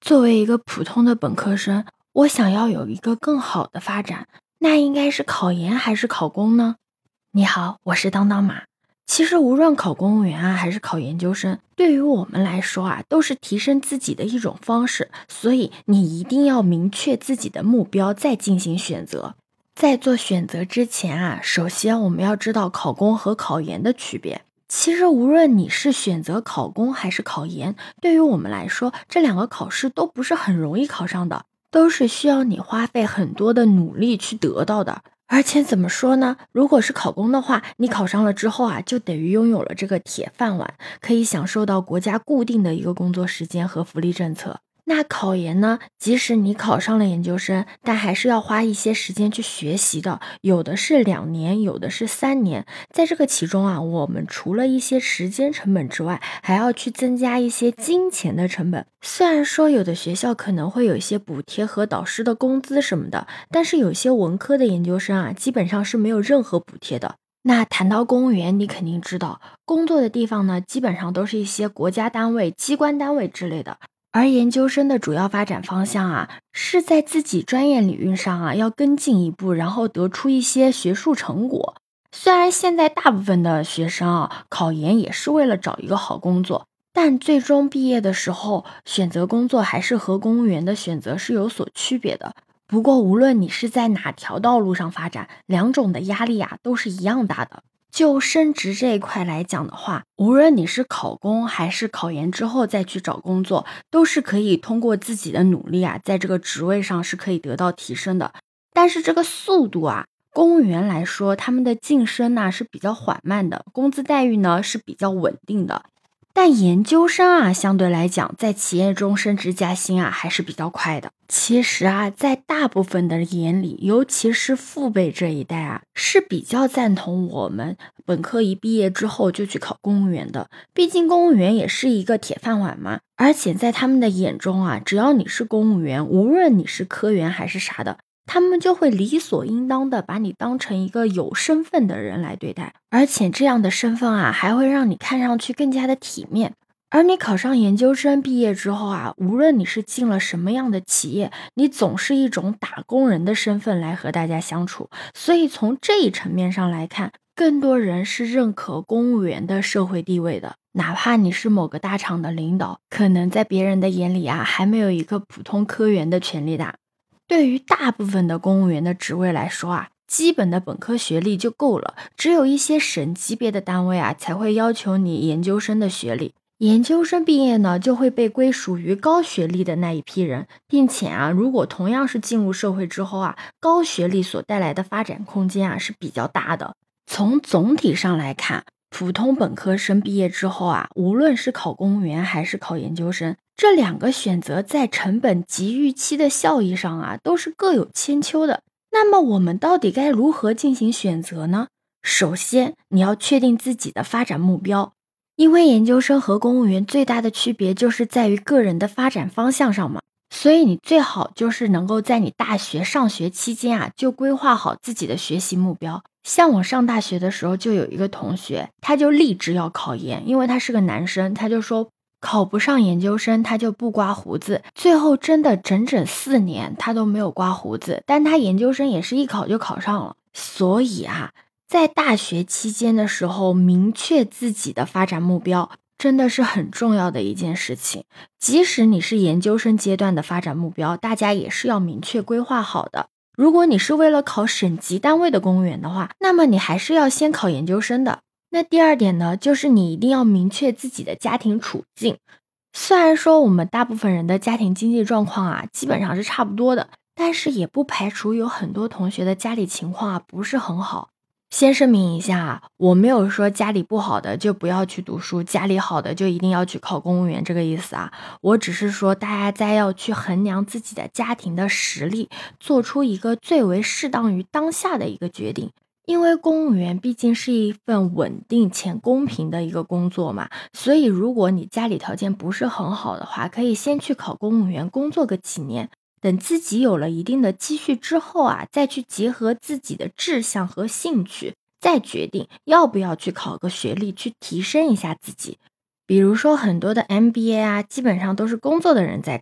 作为一个普通的本科生，我想要有一个更好的发展，那应该是考研还是考公呢？你好，我是当当马。其实无论考公务员还是考研究生，对于我们来说都是提升自己的一种方式，所以你一定要明确自己的目标再进行选择。在做选择之前首先我们要知道考公和考研的区别。其实无论你是选择考公还是考研，对于我们来说，这两个考试都不是很容易考上的，都是需要你花费很多的努力去得到的。而且怎么说呢，如果是考公的话，你考上了之后就等于拥有了这个铁饭碗，可以享受到国家固定的一个工作时间和福利政策。那考研呢，即使你考上了研究生，但还是要花一些时间去学习的，有的是2年，有的是3年。在这个其中我们除了一些时间成本之外，还要去增加一些金钱的成本。虽然说有的学校可能会有一些补贴和导师的工资什么的，但是有些文科的研究生基本上是没有任何补贴的。那谈到公务员，你肯定知道，工作的地方呢，基本上都是一些国家单位、机关单位之类的。而研究生的主要发展方向是在自己专业领域上要更进一步，然后得出一些学术成果。虽然现在大部分的学生考研也是为了找一个好工作，但最终毕业的时候选择工作还是和公务员的选择是有所区别的。不过无论你是在哪条道路上发展，两种的压力都是一样大的。就升职这一块来讲的话，无论你是考公还是考研之后再去找工作，都是可以通过自己的努力在这个职位上是可以得到提升的。但是这个速度公务员来说，他们的晋升是比较缓慢的，工资待遇呢是比较稳定的。但研究生相对来讲，在企业中升职加薪还是比较快的。其实在大部分的眼里，尤其是父辈这一代是比较赞同我们本科一毕业之后就去考公务员的。毕竟公务员也是一个铁饭碗嘛，而且在他们的眼中只要你是公务员，无论你是科员还是啥的，他们就会理所应当的把你当成一个有身份的人来对待，而且这样的身份还会让你看上去更加的体面。而你考上研究生毕业之后无论你是进了什么样的企业，你总是一种打工人的身份来和大家相处。所以从这一层面上来看，更多人是认可公务员的社会地位的。哪怕你是某个大厂的领导，可能在别人的眼里还没有一个普通科员的权力大。对于大部分的公务员的职位来说基本的本科学历就够了，只有一些省级别的单位才会要求你研究生的学历。研究生毕业呢，就会被归属于高学历的那一批人，并且如果同样是进入社会之后高学历所带来的发展空间是比较大的。从总体上来看，普通本科生毕业之后无论是考公务员还是考研究生，这两个选择在成本及预期的效益上都是各有千秋的。那么我们到底该如何进行选择呢？首先，你要确定自己的发展目标。因为研究生和公务员最大的区别就是在于个人的发展方向上嘛，所以你最好就是能够在你大学上学期间就规划好自己的学习目标。像我上大学的时候就有一个同学，他就立志要考研，因为他是个男生，他就说考不上研究生他就不刮胡子，最后真的整整4年他都没有刮胡子，但他研究生也是一考就考上了。所以在大学期间的时候，明确自己的发展目标真的是很重要的一件事情。即使你是研究生阶段的发展目标，大家也是要明确规划好的。如果你是为了考省级单位的公务员的话，那么你还是要先考研究生的。那第二点呢，就是你一定要明确自己的家庭处境。虽然说我们大部分人的家庭经济状况基本上是差不多的，但是也不排除有很多同学的家里情况不是很好。先声明一下我没有说家里不好的就不要去读书，家里好的就一定要去考公务员这个意思我只是说大家在要去衡量自己的家庭的实力，做出一个最为适当于当下的一个决定。因为公务员毕竟是一份稳定且公平的一个工作嘛，所以如果你家里条件不是很好的话，可以先去考公务员工作个几年，等自己有了一定的积蓄之后再去结合自己的志向和兴趣，再决定要不要去考个学历去提升一下自己。比如说很多的 MBA基本上都是工作的人在考，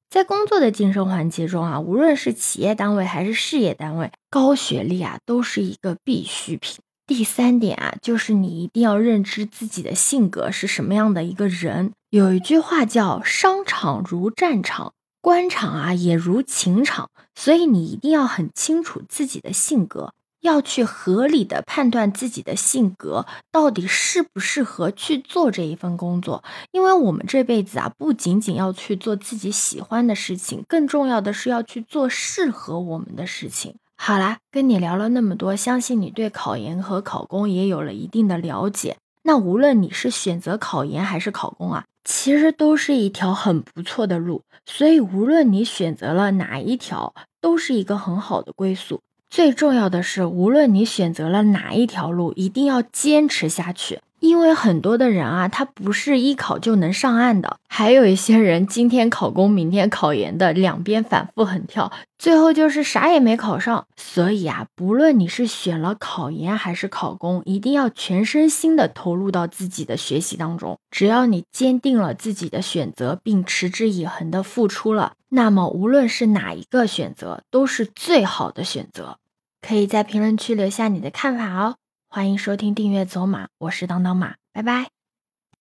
在工作的晋升环节中啊，无论是企业单位还是事业单位，高学历啊都是一个必需品。第3点啊，就是你一定要认知自己的性格是什么样的一个人。有一句话叫商场如战场，官场啊也如情场，所以你一定要很清楚自己的性格，要去合理的判断自己的性格到底适不适合去做这一份工作。因为我们这辈子啊，不仅仅要去做自己喜欢的事情，更重要的是要去做适合我们的事情。好啦，跟你聊了那么多，相信你对考研和考公也有了一定的了解。那无论你是选择考研还是考公啊，其实都是一条很不错的路，所以无论你选择了哪一条，都是一个很好的归宿。最重要的是，无论你选择了哪一条路，一定要坚持下去。因为很多的人啊，他不是一考就能上岸的，还有一些人今天考公，明天考研的，两边反复横跳，最后就是啥也没考上。所以啊，不论你是选了考研还是考公，一定要全身心的投入到自己的学习当中。只要你坚定了自己的选择，并持之以恒的付出了，那么无论是哪一个选择，都是最好的选择。可以在评论区留下你的看法哦。欢迎收听订阅走马，我是当当马，拜拜。